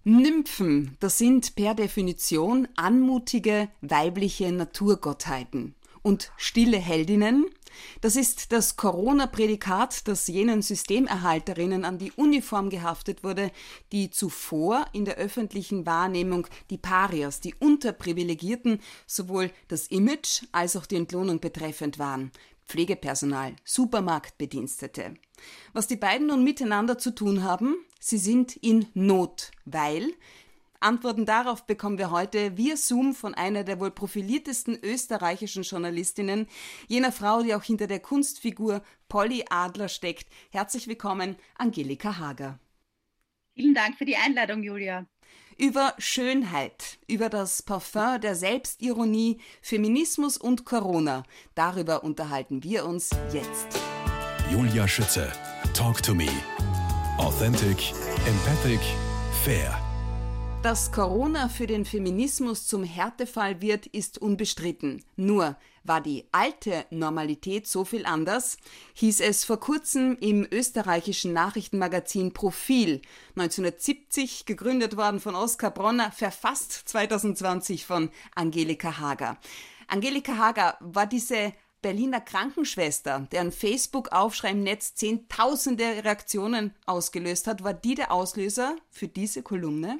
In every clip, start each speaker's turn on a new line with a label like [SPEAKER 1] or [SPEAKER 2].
[SPEAKER 1] Nymphen, das sind per Definition anmutige weibliche Naturgottheiten. Und stille Heldinnen, das ist das Corona-Prädikat, das jenen Systemerhalterinnen an die Uniform gehaftet wurde, die zuvor in der öffentlichen Wahrnehmung die Parias, die Unterprivilegierten, sowohl das Image als auch die Entlohnung betreffend waren. Pflegepersonal, Supermarktbedienstete. Was die beiden nun miteinander zu tun haben? Sie sind in Not, weil Antworten darauf bekommen wir heute via Zoom von einer der wohl profiliertesten österreichischen Journalistinnen, jener Frau, die auch hinter der Kunstfigur Polly Adler steckt. Herzlich willkommen, Angelika Hager.
[SPEAKER 2] Vielen Dank für die Einladung, Julia.
[SPEAKER 1] Über Schönheit, über das Parfum der Selbstironie, Feminismus und Corona, darüber unterhalten wir uns jetzt.
[SPEAKER 3] Julia Schütze, Talk to Me. Authentic, empathic, fair.
[SPEAKER 1] Dass Corona für den Feminismus zum Härtefall wird, ist unbestritten. Nur war die alte Normalität so viel anders, hieß es vor kurzem im österreichischen Nachrichtenmagazin Profil, 1970 gegründet worden von Oskar Bronner, verfasst 2020 von Angelika Hager. Angelika Hager war diese Berliner Krankenschwester, deren Facebook-Aufschrei im Netz zehntausende Reaktionen ausgelöst hat, war die der Auslöser für diese Kolumne?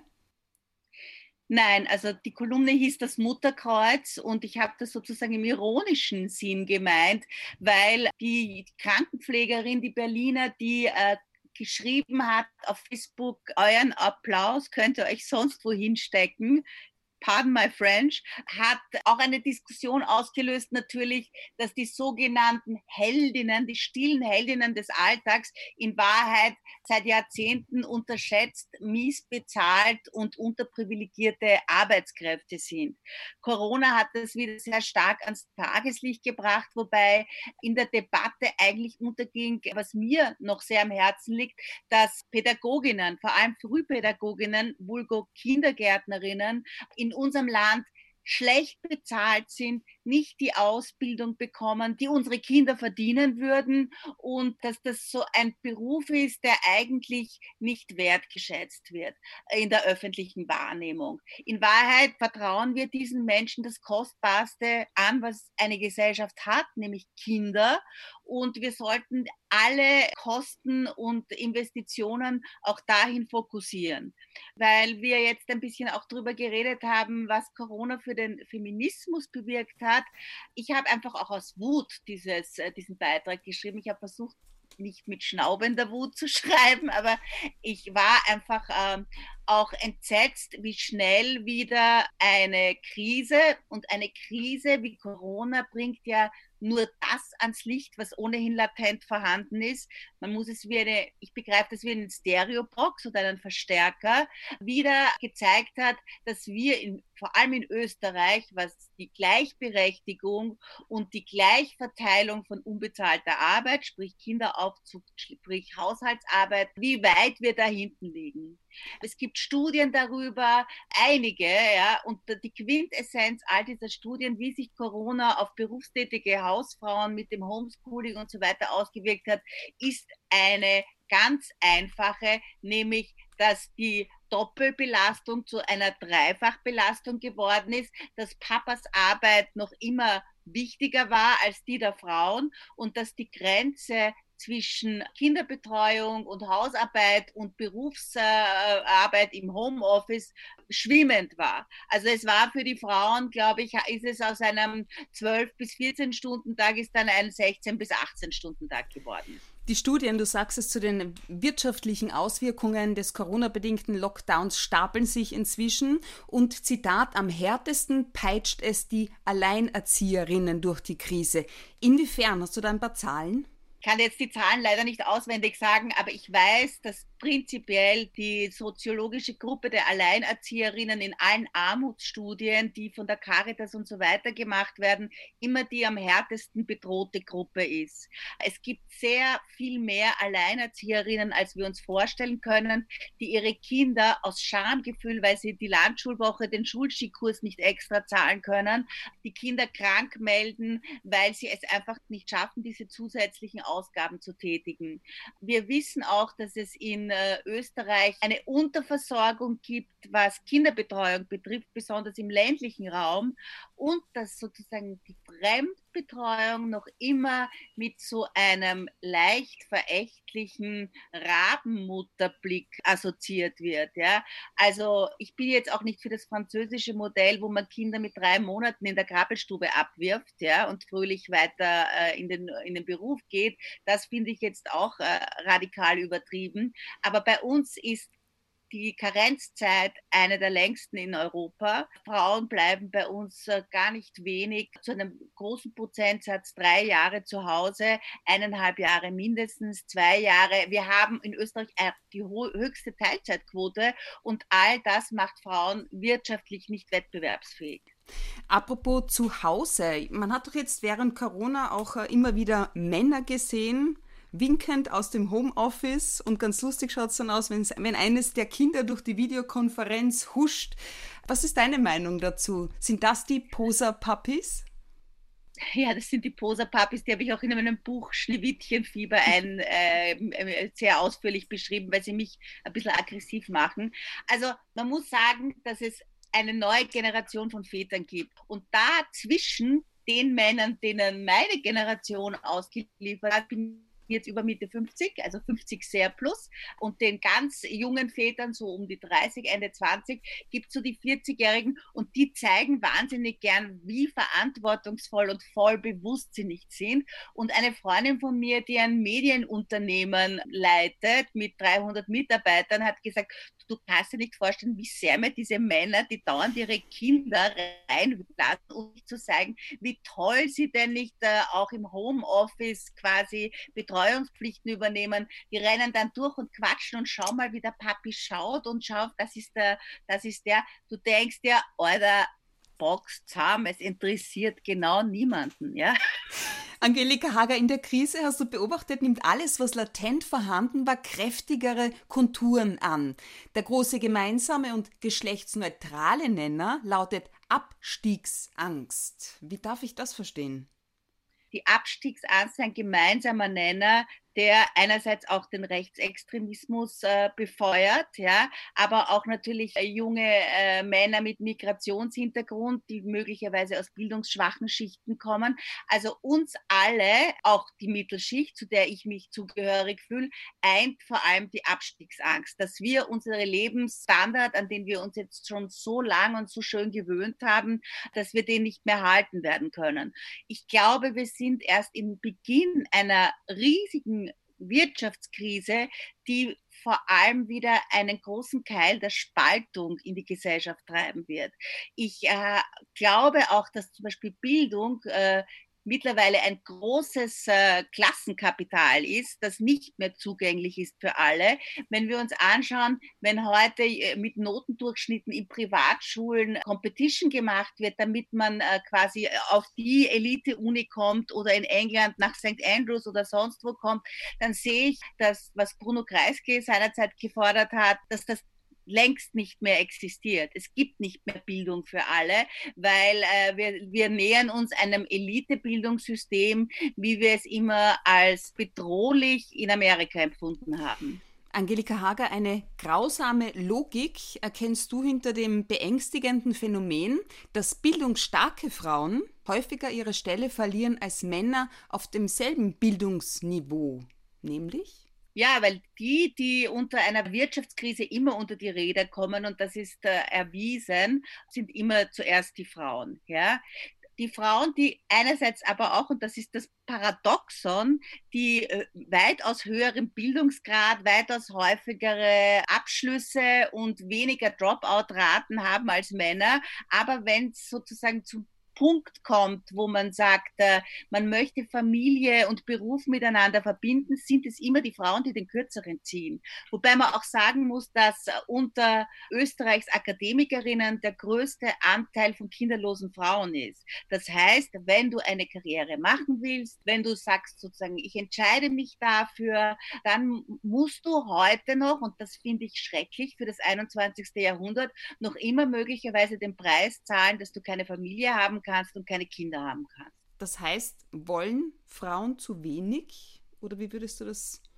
[SPEAKER 2] Nein, also die Kolumne hieß das Mutterkreuz und ich habe das sozusagen im ironischen Sinn gemeint, weil die Krankenpflegerin, die Berliner, die geschrieben hat auf Facebook, euren Applaus könnt ihr euch sonst wohin stecken, pardon my French, hat auch eine Diskussion ausgelöst natürlich, dass die sogenannten Heldinnen, die stillen Heldinnen des Alltags in Wahrheit seit Jahrzehnten unterschätzt, mies bezahlt und unterprivilegierte Arbeitskräfte sind. Corona hat das wieder sehr stark ans Tageslicht gebracht, wobei in der Debatte eigentlich unterging, was mir noch sehr am Herzen liegt, dass Pädagoginnen, vor allem Frühpädagoginnen, vulgo Kindergärtnerinnen, in unserem Land schlecht bezahlt sind, nicht die Ausbildung bekommen, die unsere Kinder verdienen würden und dass das so ein Beruf ist, der eigentlich nicht wertgeschätzt wird in der öffentlichen Wahrnehmung. In Wahrheit vertrauen wir diesen Menschen das Kostbarste an, was eine Gesellschaft hat, nämlich Kinder, und wir sollten alle Kosten und Investitionen auch dahin fokussieren. Weil wir jetzt ein bisschen auch darüber geredet haben, was Corona für den Feminismus bewirkt hat. Ich habe einfach auch aus Wut diesen Beitrag geschrieben. Ich habe versucht, nicht mit schnaubender Wut zu schreiben, aber ich war einfach auch entsetzt, wie schnell wieder eine Krise, und eine Krise wie Corona bringt ja nur das ans Licht, was ohnehin latent vorhanden ist. Man muss es ich begreife das wie einen Stereobox oder einen Verstärker, wieder gezeigt hat, dass wir vor allem in Österreich, was die Gleichberechtigung und die Gleichverteilung von unbezahlter Arbeit, sprich Kinderaufzug, sprich Haushaltsarbeit, wie weit wir da hinten liegen. Es gibt Studien darüber, einige, ja, und die Quintessenz all dieser Studien, wie sich Corona auf berufstätige Hausfrauen mit dem Homeschooling und so weiter ausgewirkt hat, ist eine ganz einfache, nämlich, dass die Doppelbelastung zu einer Dreifachbelastung geworden ist, dass Papas Arbeit noch immer wichtiger war als die der Frauen und dass die Grenze zwischen Kinderbetreuung und Hausarbeit und Berufsarbeit im Homeoffice schwimmend war. Also es war für die Frauen, glaube ich, ist es aus einem 12 bis 14 Stunden Tag ist dann ein 16 bis 18 Stunden Tag geworden.
[SPEAKER 1] Die Studien, du sagst es, zu den wirtschaftlichen Auswirkungen des Corona-bedingten Lockdowns stapeln sich inzwischen und Zitat, am härtesten peitscht es die Alleinerzieherinnen durch die Krise. Inwiefern? Hast du da ein paar Zahlen?
[SPEAKER 2] Ich kann jetzt die Zahlen leider nicht auswendig sagen, aber ich weiß, dass prinzipiell die soziologische Gruppe der Alleinerzieherinnen in allen Armutsstudien, die von der Caritas und so weiter gemacht werden, immer die am härtesten bedrohte Gruppe ist. Es gibt sehr viel mehr Alleinerzieherinnen, als wir uns vorstellen können, die ihre Kinder aus Schamgefühl, weil sie die Landschulwoche, den Schulskikurs nicht extra zahlen können, die Kinder krank melden, weil sie es einfach nicht schaffen, diese zusätzlichen Ausgaben zu tätigen. Wir wissen auch, dass es in Österreich eine Unterversorgung gibt, was Kinderbetreuung betrifft, besonders im ländlichen Raum, und dass sozusagen die Fremdbetreuung noch immer mit so einem leicht verächtlichen Rabenmutterblick assoziiert wird. Ja? Also ich bin jetzt auch nicht für das französische Modell, wo man Kinder mit 3 Monaten in der Krabbelstube abwirft, ja, und fröhlich weiter in den Beruf geht. Das finde ich jetzt auch radikal übertrieben. Aber bei uns ist die Karenzzeit eine der längsten in Europa. Frauen bleiben bei uns gar nicht wenig, zu einem großen Prozentsatz 3 Jahre zu Hause, 1,5 Jahre mindestens, 2 Jahre. Wir haben in Österreich die höchste Teilzeitquote, und all das macht Frauen wirtschaftlich nicht wettbewerbsfähig.
[SPEAKER 1] Apropos zu Hause, man hat doch jetzt während Corona auch immer wieder Männer gesehen, winkend aus dem Homeoffice, und ganz lustig schaut es dann aus, wenn eines der Kinder durch die Videokonferenz huscht. Was ist deine Meinung dazu? Sind das die Poser-Puppies?
[SPEAKER 2] Ja, das sind die Poser-Puppies, die habe ich auch in meinem Buch Schneewittchenfieber sehr ausführlich beschrieben, weil sie mich ein bisschen aggressiv machen. Also man muss sagen, dass es eine neue Generation von Vätern gibt. Und da zwischen den Männern, denen meine Generation ausgeliefert hat, bin jetzt über Mitte 50, also 50 sehr plus, und den ganz jungen Vätern, so um die 30, Ende 20, gibt es so die 40-Jährigen, und die zeigen wahnsinnig gern, wie verantwortungsvoll und voll bewusst sie nicht sind. Und eine Freundin von mir, die ein Medienunternehmen leitet mit 300 Mitarbeitern, hat gesagt, du kannst dir nicht vorstellen, wie sehr mir diese Männer, die dauernd ihre Kinder reinlassen, um zu zeigen, wie toll sie denn nicht auch im Homeoffice quasi Betreuungspflichten übernehmen. Die rennen dann durch und quatschen und schau mal, wie der Papi schaut und schau, das ist der. Du denkst dir, Alter, Box zusammen, es interessiert genau niemanden, ja.
[SPEAKER 1] Angelika Hager, in der Krise, hast du beobachtet, nimmt alles, was latent vorhanden war, kräftigere Konturen an. Der große gemeinsame und geschlechtsneutrale Nenner lautet Abstiegsangst. Wie darf ich das verstehen?
[SPEAKER 2] Die Abstiegsangst ist ein gemeinsamer Nenner, der einerseits auch den Rechtsextremismus befeuert, ja, aber auch natürlich junge Männer mit Migrationshintergrund, die möglicherweise aus bildungsschwachen Schichten kommen. Also uns alle, auch die Mittelschicht, zu der ich mich zugehörig fühle, eint vor allem die Abstiegsangst, dass wir unsere Lebensstandard, an den wir uns jetzt schon so lang und so schön gewöhnt haben, dass wir den nicht mehr halten werden können. Ich glaube, wir sind erst im Beginn einer riesigen Wirtschaftskrise, die vor allem wieder einen großen Keil der Spaltung in die Gesellschaft treiben wird. Ich glaube auch, dass zum Beispiel Bildung mittlerweile ein großes Klassenkapital ist, das nicht mehr zugänglich ist für alle. Wenn wir uns anschauen, wenn heute mit Notendurchschnitten in Privatschulen Competition gemacht wird, damit man quasi auf die Elite-Uni kommt oder in England nach St. Andrews oder sonst wo kommt, dann sehe ich, dass, was Bruno Kreisky seinerzeit gefordert hat, dass das längst nicht mehr existiert. Es gibt nicht mehr Bildung für alle, weil wir nähern uns einem Elitebildungssystem, wie wir es immer als bedrohlich in Amerika empfunden haben.
[SPEAKER 1] Angelika Hager, eine grausame Logik erkennst du hinter dem beängstigenden Phänomen, dass bildungsstarke Frauen häufiger ihre Stelle verlieren als Männer auf demselben Bildungsniveau, nämlich?
[SPEAKER 2] Ja, weil die unter einer Wirtschaftskrise immer unter die Räder kommen, und das ist erwiesen, sind immer zuerst die Frauen. Ja? Die Frauen, die einerseits aber auch, und das ist das Paradoxon, die weitaus höheren Bildungsgrad, weitaus häufigere Abschlüsse und weniger Dropout-Raten haben als Männer, aber wenn es sozusagen zum Punkt kommt, wo man sagt, man möchte Familie und Beruf miteinander verbinden, sind es immer die Frauen, die den Kürzeren ziehen. Wobei man auch sagen muss, dass unter Österreichs Akademikerinnen der größte Anteil von kinderlosen Frauen ist. Das heißt, wenn du eine Karriere machen willst, wenn du sagst sozusagen, ich entscheide mich dafür, dann musst du heute noch, und das finde ich schrecklich für das 21. Jahrhundert, noch immer möglicherweise den Preis zahlen, dass du keine Familie haben kannst und keine Kinder haben kannst.
[SPEAKER 1] Das heißt, wollen Frauen zu wenig? Oder wie würdest du das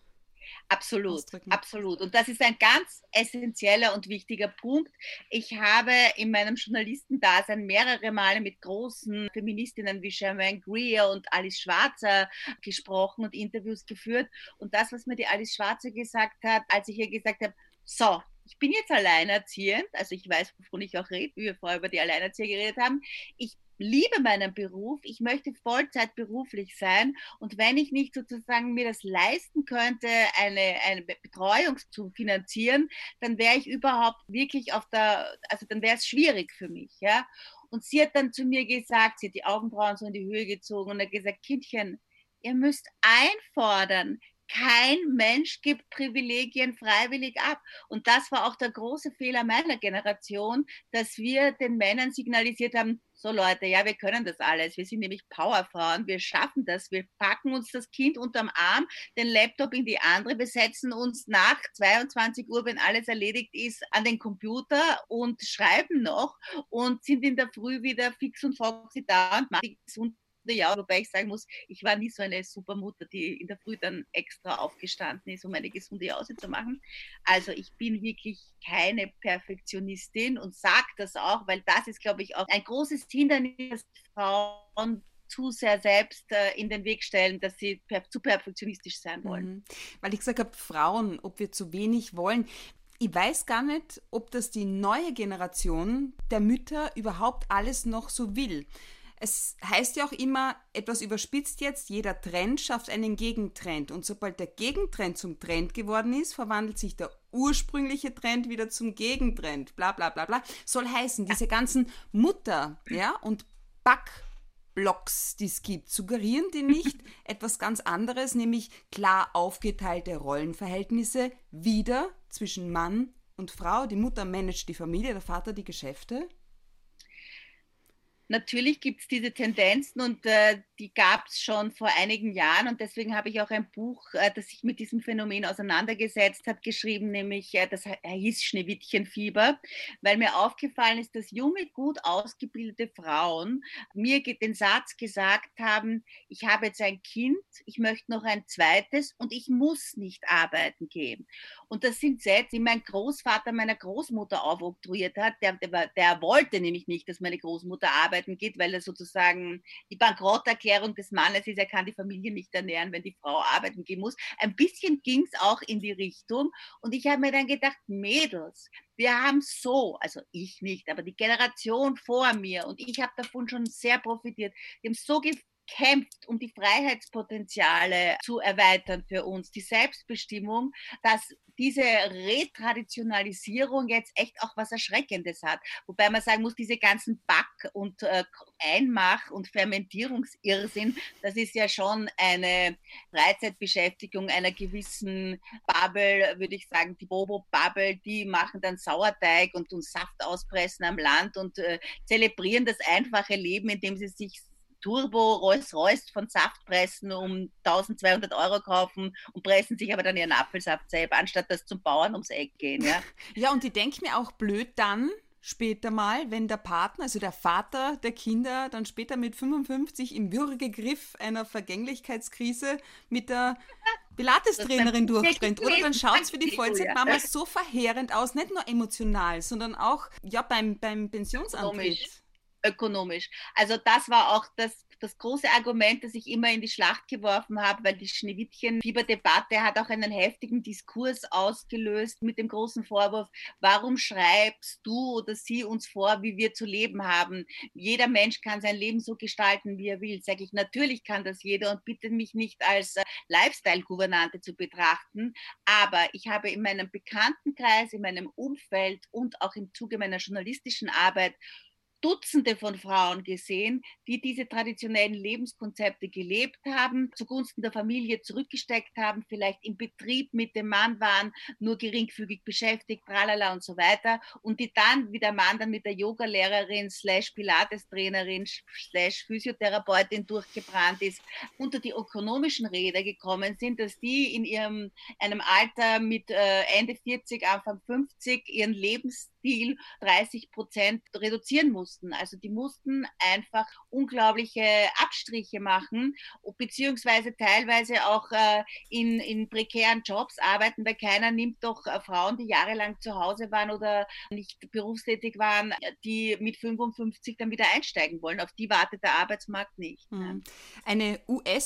[SPEAKER 2] Absolut,
[SPEAKER 1] ausdrücken.
[SPEAKER 2] absolut. Und das ist ein ganz essentieller und wichtiger Punkt. Ich habe in meinem Journalistendasein mehrere Male mit großen Feministinnen wie Germaine Greer und Alice Schwarzer gesprochen und Interviews geführt. Und das, was mir die Alice Schwarzer gesagt hat, als ich ihr gesagt habe, so, ich bin jetzt alleinerziehend, also ich weiß, wovon ich auch rede, wie wir vorher über die Alleinerzieher geredet haben. Ich liebe meinen Beruf, ich möchte Vollzeit beruflich sein und wenn ich nicht sozusagen mir das leisten könnte, eine Betreuung zu finanzieren, dann wäre ich überhaupt wirklich also dann wäre es schwierig für mich, ja. Und sie hat dann zu mir gesagt, sie hat die Augenbrauen so in die Höhe gezogen und hat gesagt, Kindchen, ihr müsst einfordern, kein Mensch gibt Privilegien freiwillig ab. Und das war auch der große Fehler meiner Generation, dass wir den Männern signalisiert haben, so Leute, ja, wir können das alles. Wir sind nämlich Powerfrauen, wir schaffen das. Wir packen uns das Kind unterm Arm, den Laptop in die andere, wir setzen uns nach 22 Uhr, wenn alles erledigt ist, an den Computer und schreiben noch und sind in der Früh wieder fix und foxy da und machen die gesunde Jahr, wobei ich sagen muss, ich war nie so eine super Mutter, die in der Früh dann extra aufgestanden ist, um eine gesunde Jause zu machen. Also ich bin wirklich keine Perfektionistin und sage das auch, weil das ist, glaube ich, auch ein großes Hindernis, dass Frauen zu sehr selbst in den Weg stellen, dass sie zu perfektionistisch sein wollen.
[SPEAKER 1] Mhm. Weil ich gesagt habe, Frauen, ob wir zu wenig wollen. Ich weiß gar nicht, ob das die neue Generation der Mütter überhaupt alles noch so will. Es heißt ja auch immer, etwas überspitzt jetzt, jeder Trend schafft einen Gegentrend. Und sobald der Gegentrend zum Trend geworden ist, verwandelt sich der ursprüngliche Trend wieder zum Gegentrend. Bla bla bla bla. Soll heißen, diese ganzen Mutter- und Backblocks, die es gibt, suggerieren die nicht etwas ganz anderes, nämlich klar aufgeteilte Rollenverhältnisse wieder zwischen Mann und Frau. Die Mutter managt die Familie, der Vater die Geschäfte.
[SPEAKER 2] Natürlich gibt es diese Tendenzen und die gab es schon vor einigen Jahren und deswegen habe ich auch ein Buch, das sich mit diesem Phänomen auseinandergesetzt hat, geschrieben, nämlich das hieß Schneewittchenfieber, weil mir aufgefallen ist, dass junge, gut ausgebildete Frauen mir den Satz gesagt haben, ich habe jetzt ein Kind, ich möchte noch ein zweites und ich muss nicht arbeiten gehen. Und das sind Sätze, die mein Großvater meiner Großmutter aufoktroyiert hat, der wollte nämlich nicht, dass meine Großmutter arbeiten geht, weil er sozusagen die Bankrotterklärung des Mannes ist, er kann die Familie nicht ernähren, wenn die Frau arbeiten gehen muss. Ein bisschen ging es auch in die Richtung und ich habe mir dann gedacht, Mädels, wir haben so, also ich nicht, aber die Generation vor mir und ich habe davon schon sehr profitiert, die haben so gekämpft, um die Freiheitspotenziale zu erweitern für uns, die Selbstbestimmung, dass diese Retraditionalisierung jetzt echt auch was Erschreckendes hat. Wobei man sagen muss, diese ganzen Back- und Einmach- und Fermentierungsirrsinn, das ist ja schon eine Freizeitbeschäftigung einer gewissen Bubble, würde ich sagen, die Bobo-Bubble, die machen dann Sauerteig und Saft auspressen am Land und zelebrieren das einfache Leben, indem sie sich Turbo Rolls-Royce von Saftpressen um 1.200 € kaufen und pressen sich aber dann ihren Apfelsaft selber, anstatt dass zum Bauern ums Eck gehen. Ja,
[SPEAKER 1] Ja, und ich denke mir auch blöd dann, später mal, wenn der Partner, also der Vater der Kinder, dann später mit 55 im Würgegriff einer Vergänglichkeitskrise mit der Pilates-Trainerin durchrennt. Oder dann schaut es für die Vollzeitmama so verheerend aus, nicht nur emotional, sondern auch beim Pensionsantritt.
[SPEAKER 2] Ökonomisch. Also das war auch das große Argument, das ich immer in die Schlacht geworfen habe, weil die Schneewittchen-Fieberdebatte hat auch einen heftigen Diskurs ausgelöst mit dem großen Vorwurf, warum schreibst du oder sie uns vor, wie wir zu leben haben? Jeder Mensch kann sein Leben so gestalten, wie er will. Sage ich, natürlich kann das jeder und bitte mich nicht als Lifestyle-Gouvernante zu betrachten, aber ich habe in meinem Bekanntenkreis, in meinem Umfeld und auch im Zuge meiner journalistischen Arbeit Dutzende von Frauen gesehen, die diese traditionellen Lebenskonzepte gelebt haben, zugunsten der Familie zurückgesteckt haben, vielleicht im Betrieb mit dem Mann waren, nur geringfügig beschäftigt, tralala und so weiter, und die dann, wie der Mann dann mit der Yogalehrerin / Pilates-Trainerin / Physiotherapeutin durchgebrannt ist, unter die ökonomischen Räder gekommen sind, dass die in einem Alter mit Ende 40, Anfang 50 ihren Lebensstil Textil 30% reduzieren mussten. Also die mussten einfach unglaubliche Abstriche machen, beziehungsweise teilweise auch in prekären Jobs arbeiten, weil keiner nimmt doch Frauen, die jahrelang zu Hause waren oder nicht berufstätig waren, die mit 55 dann wieder einsteigen wollen. Auf die wartet der Arbeitsmarkt nicht.
[SPEAKER 1] Eine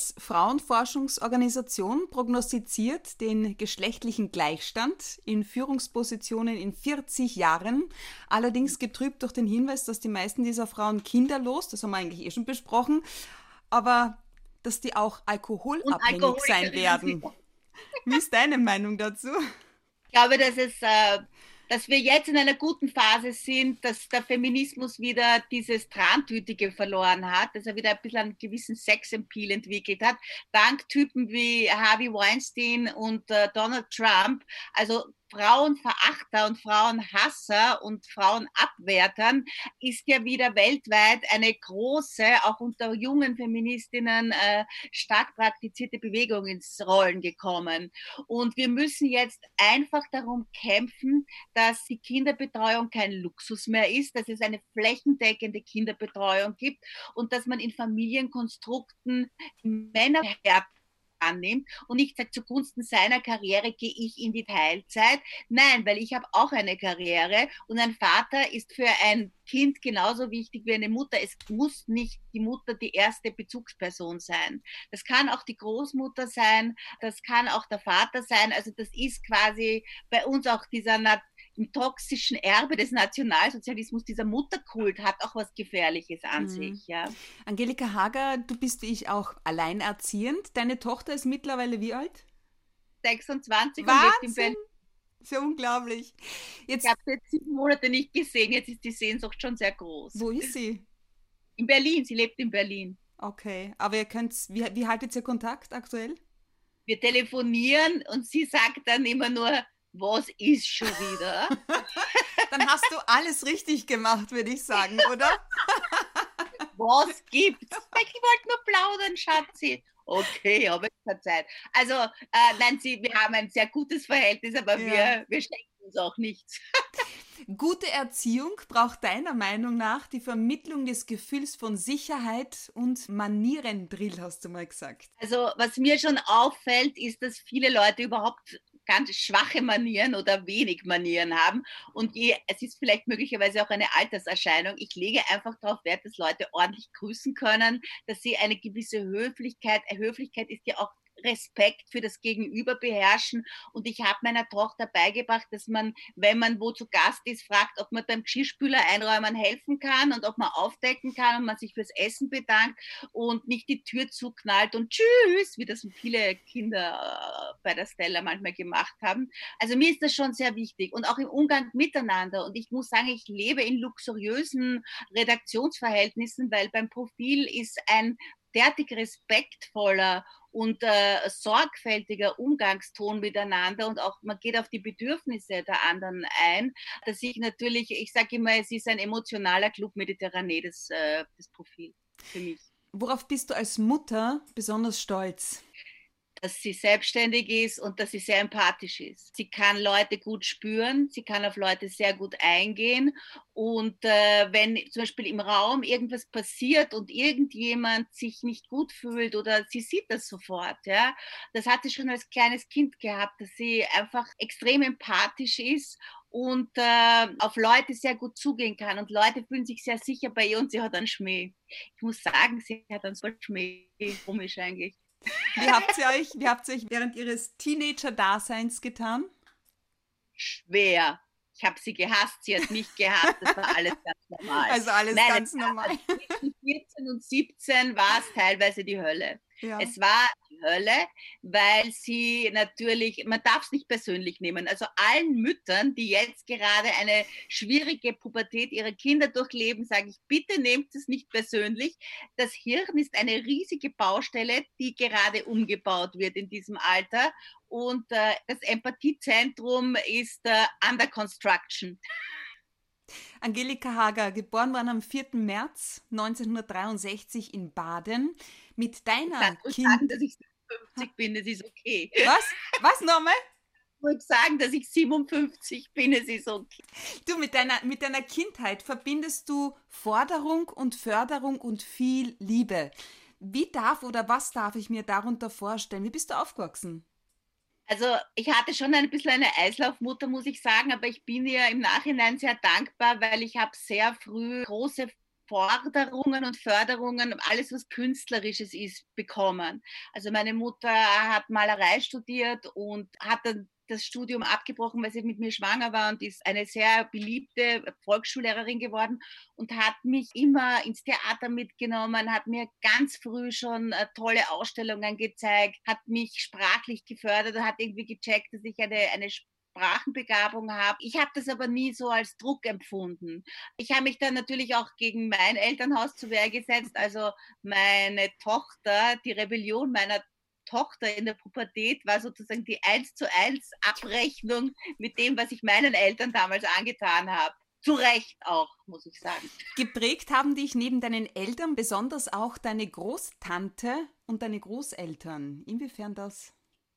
[SPEAKER 1] US-Frauenforschungsorganisation prognostiziert den geschlechtlichen Gleichstand in Führungspositionen in 40 Jahren, allerdings getrübt durch den Hinweis, dass die meisten dieser Frauen kinderlos, das haben wir eigentlich schon besprochen, aber dass die auch alkoholabhängig sein werden. Wie ist deine Meinung dazu?
[SPEAKER 2] Ich glaube, dass wir jetzt in einer guten Phase sind, dass der Feminismus wieder dieses Trantütige verloren hat, dass er wieder ein bisschen einen gewissen Sexappeal entwickelt hat, dank Typen wie Harvey Weinstein und Donald Trump. Also Frauenverachter und Frauenhasser und Frauenabwärtern ist ja wieder weltweit eine große, auch unter jungen Feministinnen stark praktizierte Bewegung ins Rollen gekommen. Und wir müssen jetzt einfach darum kämpfen, dass die Kinderbetreuung kein Luxus mehr ist, dass es eine flächendeckende Kinderbetreuung gibt und dass man in Familienkonstrukten Männer annimmt und nicht sagt, zugunsten seiner Karriere gehe ich in die Teilzeit. Nein, weil ich habe auch eine Karriere und ein Vater ist für ein Kind genauso wichtig wie eine Mutter. Es muss nicht die Mutter die erste Bezugsperson sein. Das kann auch die Großmutter sein, das kann auch der Vater sein. Also das ist quasi bei uns auch dieser im toxischen Erbe des Nationalsozialismus, dieser Mutterkult hat auch was Gefährliches an sich. Ja.
[SPEAKER 1] Angelika Hager, du bist wie ich auch alleinerziehend. Deine Tochter ist mittlerweile wie alt?
[SPEAKER 2] 26
[SPEAKER 1] Wahnsinn!
[SPEAKER 2] Und lebt in Berlin.
[SPEAKER 1] So unglaublich.
[SPEAKER 2] Ich habe sie jetzt 7 Monate nicht gesehen, jetzt ist die Sehnsucht schon sehr groß.
[SPEAKER 1] Wo ist sie?
[SPEAKER 2] In Berlin, sie lebt in Berlin.
[SPEAKER 1] Okay, aber ihr könnt, wie haltet ihr Kontakt aktuell?
[SPEAKER 2] Wir telefonieren und sie sagt dann immer nur, was ist schon wieder?
[SPEAKER 1] Dann hast du alles richtig gemacht, würde ich sagen, oder?
[SPEAKER 2] Was gibt's? Ich wollte nur plaudern, Schatzi. Okay, aber keine Zeit. Also, nein, wir haben ein sehr gutes Verhältnis, aber wir schenken uns auch nichts.
[SPEAKER 1] Gute Erziehung braucht deiner Meinung nach die Vermittlung des Gefühls von Sicherheit und Manierendrill, hast du mal gesagt.
[SPEAKER 2] Also, was mir schon auffällt, ist, dass viele Leute überhaupt ganz schwache Manieren oder wenig Manieren haben. Und es ist vielleicht möglicherweise auch eine Alterserscheinung. Ich lege einfach darauf Wert, dass Leute ordentlich grüßen können, dass sie eine gewisse Höflichkeit ist ja auch Respekt für das Gegenüber beherrschen. Und ich habe meiner Tochter beigebracht, dass man, wenn man wo zu Gast ist, fragt, ob man beim Geschirrspüler einräumen helfen kann und ob man aufdecken kann und man sich fürs Essen bedankt und nicht die Tür zuknallt und tschüss, wie das viele Kinder bei der Stella manchmal gemacht haben. Also mir ist das schon sehr wichtig und auch im Umgang miteinander. Und ich muss sagen, ich lebe in luxuriösen Redaktionsverhältnissen, weil beim Profil ist ein derartig respektvoller und sorgfältiger Umgangston miteinander und auch man geht auf die Bedürfnisse der anderen ein, dass ich natürlich, ich sage immer, es ist ein emotionaler Club Mediterranee, das Profil für mich.
[SPEAKER 1] Worauf bist du als Mutter besonders stolz?
[SPEAKER 2] Dass sie selbstständig ist und dass sie sehr empathisch ist. Sie kann Leute gut spüren, sie kann auf Leute sehr gut eingehen und wenn zum Beispiel im Raum irgendwas passiert und irgendjemand sich nicht gut fühlt oder sie sieht das sofort, ja, das hat sie schon als kleines Kind gehabt, dass sie einfach extrem empathisch ist und auf Leute sehr gut zugehen kann und Leute fühlen sich sehr sicher bei ihr und sie hat einen Schmäh. Ich muss sagen, sie hat einen so Schmäh, komisch eigentlich.
[SPEAKER 1] Wie habt ihr euch während ihres Teenager-Daseins getan?
[SPEAKER 2] Schwer. Ich habe sie gehasst, sie hat mich gehasst, das war alles ganz normal.
[SPEAKER 1] Also alles ganz normal.
[SPEAKER 2] Zwischen 14 und 17 war es teilweise die Hölle.
[SPEAKER 1] Ja.
[SPEAKER 2] Es war die Hölle, weil sie natürlich, man darf es nicht persönlich nehmen. Also allen Müttern, die jetzt gerade eine schwierige Pubertät ihrer Kinder durchleben, sage ich, bitte nehmt es nicht persönlich. Das Hirn ist eine riesige Baustelle, die gerade umgebaut wird in diesem Alter. Und das Empathiezentrum ist under construction.
[SPEAKER 1] Angelika Hager, geboren worden am 4. März 1963 in Baden. Mit deiner
[SPEAKER 2] Sagen, dass ich 50 bin, das ist okay.
[SPEAKER 1] Was? Was nochmal?
[SPEAKER 2] ruhig sagen, dass ich 57 bin, es ist okay.
[SPEAKER 1] Du, mit deiner Kindheit verbindest du Forderung und Förderung und viel Liebe. Wie darf oder was darf ich mir darunter vorstellen? Wie bist du aufgewachsen?
[SPEAKER 2] Also ich hatte schon ein bisschen eine Eislaufmutter, muss ich sagen, aber ich bin ihr im Nachhinein sehr dankbar, weil ich habe sehr früh große Forderungen und Förderungen, alles was Künstlerisches ist, bekommen. Also meine Mutter hat Malerei studiert und hat dann das Studium abgebrochen, weil sie mit mir schwanger war und ist eine sehr beliebte Volksschullehrerin geworden und hat mich immer ins Theater mitgenommen, hat mir ganz früh schon tolle Ausstellungen gezeigt, hat mich sprachlich gefördert und hat irgendwie gecheckt, dass ich eine Sprachenbegabung habe. Ich habe das aber nie so als Druck empfunden. Ich habe mich dann natürlich auch gegen mein Elternhaus zur Wehr gesetzt. Also meine Tochter, die Rebellion meiner Tochter in der Pubertät war sozusagen die 1:1 Abrechnung mit dem, was ich meinen Eltern damals angetan habe. Zu Recht auch, muss ich sagen.
[SPEAKER 1] Geprägt haben dich neben deinen Eltern besonders auch deine Großtante und deine Großeltern. Inwiefern das?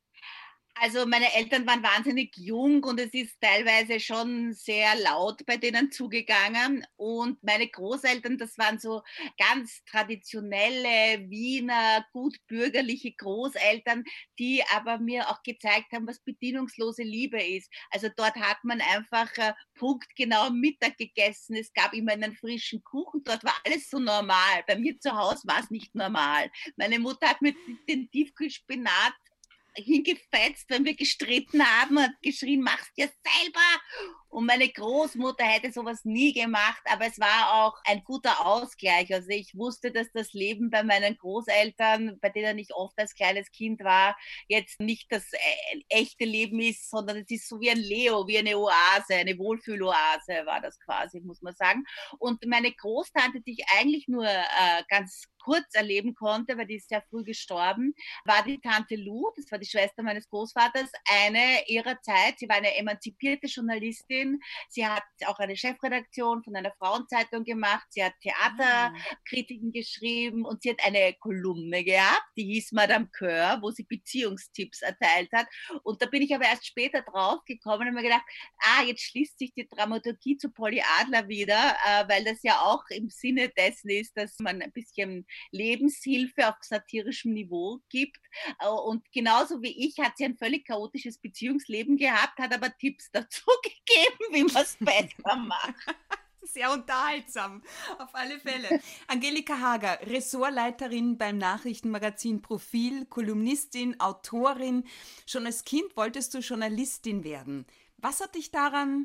[SPEAKER 2] Also meine Eltern waren wahnsinnig jung und es ist teilweise schon sehr laut bei denen zugegangen. Und meine Großeltern, das waren so ganz traditionelle Wiener, gutbürgerliche Großeltern, die aber mir auch gezeigt haben, was bedienungslose Liebe ist. Also dort hat man einfach punktgenau Mittag gegessen. Es gab immer einen frischen Kuchen. Dort war alles so normal. Bei mir zu Hause war es nicht normal. Meine Mutter hat mir den Tiefkühlspinat hingefetzt, wenn wir gestritten haben, hat geschrien, mach's dir selber. Und meine Großmutter hätte sowas nie gemacht, aber es war auch ein guter Ausgleich. Also ich wusste, dass das Leben bei meinen Großeltern, bei denen ich oft als kleines Kind war, jetzt nicht das echte Leben ist, sondern es ist so wie ein Leo, wie eine Oase, eine Wohlfühloase war das quasi, muss man sagen. Und meine Großtante, die ich eigentlich nur ganz kurz erleben konnte, weil die ist sehr früh gestorben, war die Tante Lou, das war die Schwester meines Großvaters, eine ihrer Zeit. Sie war eine emanzipierte Journalistin. Sie hat auch eine Chefredaktion von einer Frauenzeitung gemacht. Sie hat Theaterkritiken geschrieben und sie hat eine Kolumne gehabt, die hieß Madame Coeur, wo sie Beziehungstipps erteilt hat. Und da bin ich aber erst später drauf gekommen und mir gedacht, jetzt schließt sich die Dramaturgie zu Polly Adler wieder, weil das ja auch im Sinne dessen ist, dass man ein bisschen Lebenshilfe auf satirischem Niveau gibt. Und genauso wie ich hat sie ein völlig chaotisches Beziehungsleben gehabt, hat aber Tipps dazu gegeben, wie man es besser macht.
[SPEAKER 1] Sehr unterhaltsam, auf alle Fälle. Angelika Hager, Ressortleiterin beim Nachrichtenmagazin Profil, Kolumnistin, Autorin. Schon als Kind wolltest du Journalistin werden. Was hat dich daran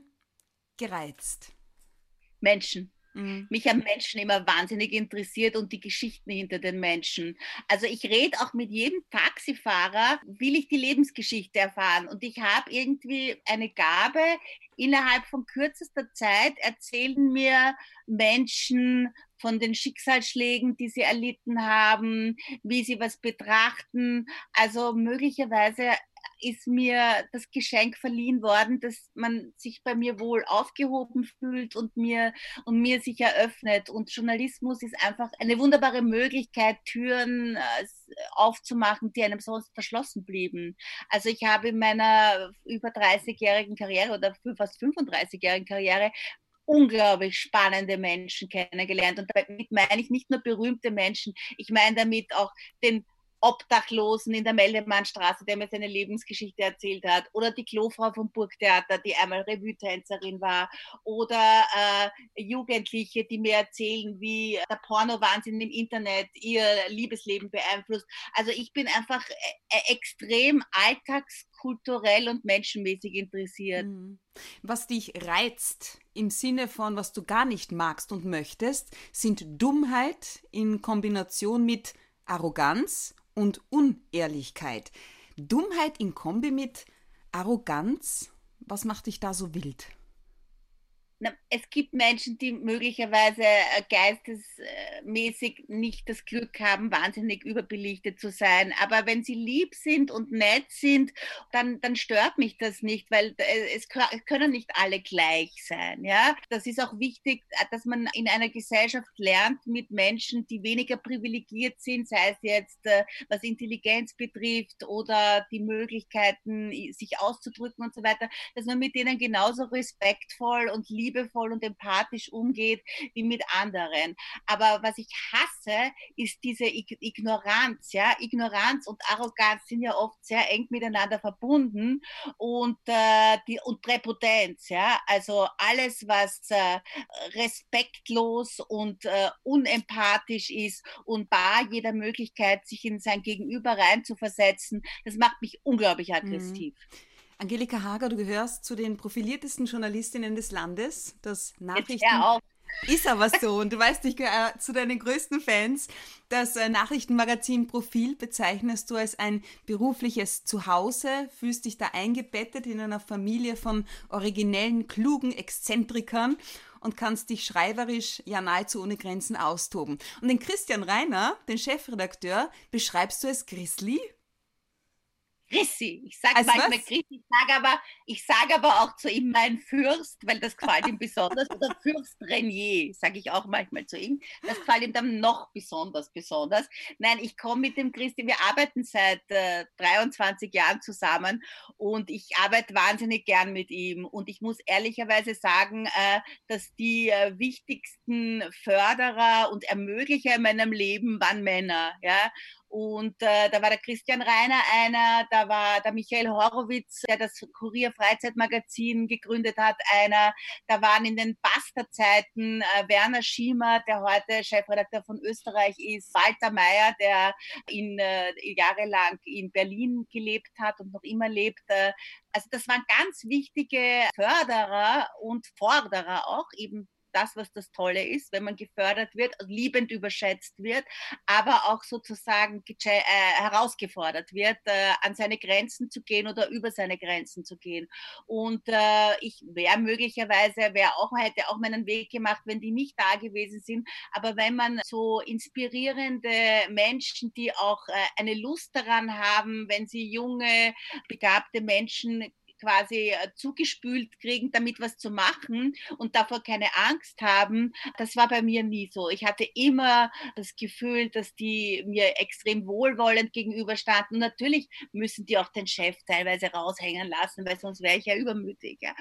[SPEAKER 1] gereizt?
[SPEAKER 2] Menschen. Mich haben Menschen immer wahnsinnig interessiert und die Geschichten hinter den Menschen. Also ich rede auch mit jedem Taxifahrer, will ich die Lebensgeschichte erfahren. Und ich habe irgendwie eine Gabe, innerhalb von kürzester Zeit erzählen mir Menschen von den Schicksalsschlägen, die sie erlitten haben, wie sie was betrachten. Also möglicherweise ist mir das Geschenk verliehen worden, dass man sich bei mir wohl aufgehoben fühlt und mir sich eröffnet. Und Journalismus ist einfach eine wunderbare Möglichkeit, Türen aufzumachen, die einem sonst verschlossen blieben. Also ich habe in meiner über 30-jährigen Karriere oder fast 35-jährigen Karriere unglaublich spannende Menschen kennengelernt. Und damit meine ich nicht nur berühmte Menschen, ich meine damit auch den Obdachlosen in der Meldemannstraße, der mir seine Lebensgeschichte erzählt hat, oder die Klofrau vom Burgtheater, die einmal Revue-Tänzerin war, oder Jugendliche, die mir erzählen, wie der Porno-Wahnsinn im Internet ihr Liebesleben beeinflusst. Also ich bin einfach extrem alltagskulturell und menschenmäßig interessiert.
[SPEAKER 1] Was dich reizt im Sinne von, was du gar nicht magst und möchtest, sind Dummheit in Kombination mit Arroganz und Unehrlichkeit. Dummheit in Kombi mit Arroganz, was macht dich da so wild?
[SPEAKER 2] Es gibt Menschen, die möglicherweise geistesmäßig nicht das Glück haben, wahnsinnig überbelichtet zu sein. Aber wenn sie lieb sind und nett sind, dann stört mich das nicht, weil es können nicht alle gleich sein. Ja? Das ist auch wichtig, dass man in einer Gesellschaft lernt mit Menschen, die weniger privilegiert sind, sei es jetzt was Intelligenz betrifft oder die Möglichkeiten, sich auszudrücken und so weiter, dass man mit denen genauso respektvoll und liebevoll und empathisch umgeht wie mit anderen. Aber was ich hasse, ist diese Ignoranz. Ja? Ignoranz und Arroganz sind ja oft sehr eng miteinander verbunden und Präpotenz. Ja? Also alles, was respektlos und unempathisch ist und bar jeder Möglichkeit, sich in sein Gegenüber reinzuversetzen, das macht mich unglaublich aggressiv.
[SPEAKER 1] Angelika Hager, du gehörst zu den profiliertesten Journalistinnen des Landes. Das ist aber so. Und du weißt, ich gehöre zu deinen größten Fans. Das Nachrichtenmagazin Profil bezeichnest du als ein berufliches Zuhause, fühlst dich da eingebettet in einer Familie von originellen, klugen Exzentrikern und kannst dich schreiberisch ja nahezu ohne Grenzen austoben. Und den Christian Reiner, den Chefredakteur, beschreibst du als Grizzly?
[SPEAKER 2] Chrissy. Ich sage manchmal Chrissy, ich sage aber auch zu ihm mein Fürst, weil das gefällt ihm besonders, oder Fürst Renier, sage ich auch manchmal zu ihm. Das gefällt ihm dann noch besonders. Nein, ich komme mit dem Christi, wir arbeiten seit 23 Jahren zusammen und ich arbeite wahnsinnig gern mit ihm. Und ich muss ehrlicherweise sagen, dass die wichtigsten Förderer und Ermöglicher in meinem Leben waren Männer. Ja? Und da war der Christian Reiner einer, da war der Michael Horowitz, der das Kurier-Freizeitmagazin gegründet hat, einer. Da waren in den Basta-Zeiten Werner Schiemer, der heute Chefredakteur von Österreich ist, Walter Mayer, der jahrelang in Berlin gelebt hat und noch immer lebt. Also das waren ganz wichtige Förderer und Forderer auch, eben das, was das Tolle ist, wenn man gefördert wird, liebend überschätzt wird, aber auch sozusagen herausgefordert wird, an seine Grenzen zu gehen oder über seine Grenzen zu gehen. Und ich hätte auch meinen Weg gemacht, wenn die nicht da gewesen sind. Aber wenn man so inspirierende Menschen, die auch eine Lust daran haben, wenn sie junge, begabte Menschen quasi zugespült kriegen, damit was zu machen und davor keine Angst haben. Das war bei mir nie so. Ich hatte immer das Gefühl, dass die mir extrem wohlwollend gegenüberstanden. Und natürlich müssen die auch den Chef teilweise raushängen lassen, weil sonst wäre ich ja übermütig. Ja.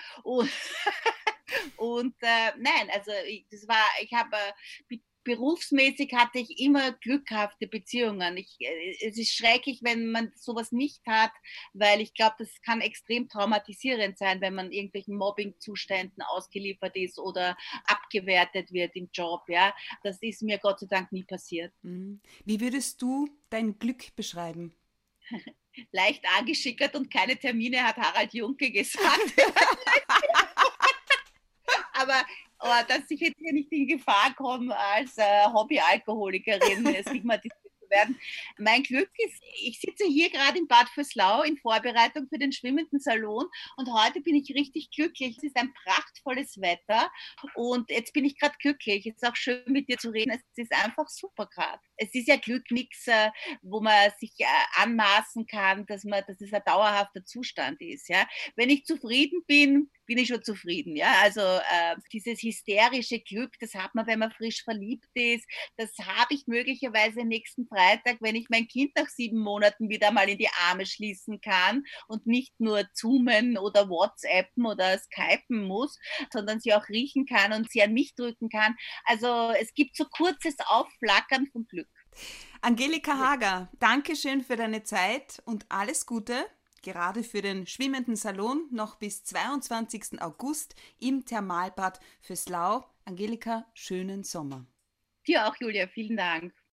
[SPEAKER 2] Und nein, also berufsmäßig hatte ich immer glückhafte Beziehungen. Es ist schrecklich, wenn man sowas nicht hat, weil ich glaube, das kann extrem traumatisierend sein, wenn man irgendwelchen Mobbing-Zuständen ausgeliefert ist oder abgewertet wird im Job. Ja, das ist mir Gott sei Dank nie passiert.
[SPEAKER 1] Wie würdest du dein Glück beschreiben?
[SPEAKER 2] Leicht angeschickert und keine Termine, hat Harald Junke gesagt. Aber dass ich jetzt hier nicht in Gefahr komme, als Hobbyalkoholikerin stigmatisiert zu werden. Mein Glück ist, ich sitze hier gerade in Bad Vöslau in Vorbereitung für den schwimmenden Salon und heute bin ich richtig glücklich. Es ist ein prachtvolles Wetter und jetzt bin ich gerade glücklich. Es ist auch schön, mit dir zu reden. Es ist einfach super gerade. Es ist ja Glück nichts, wo man sich anmaßen kann, dass es ein dauerhafter Zustand ist. Ja? Wenn ich zufrieden bin ich schon zufrieden. Ja? Also dieses hysterische Glück, das hat man, wenn man frisch verliebt ist. Das habe ich möglicherweise nächsten Freitag, wenn ich mein Kind nach 7 Monaten wieder mal in die Arme schließen kann und nicht nur zoomen oder WhatsAppen oder Skypen muss, sondern sie auch riechen kann und sie an mich drücken kann. Also es gibt so kurzes Aufflackern von Glück.
[SPEAKER 1] Angelika Hager, danke schön für deine Zeit und alles Gute. Gerade für den schwimmenden Salon noch bis 22. August im Thermalbad Vöslau. Angelika, schönen Sommer.
[SPEAKER 2] Dir auch, Julia. Vielen Dank.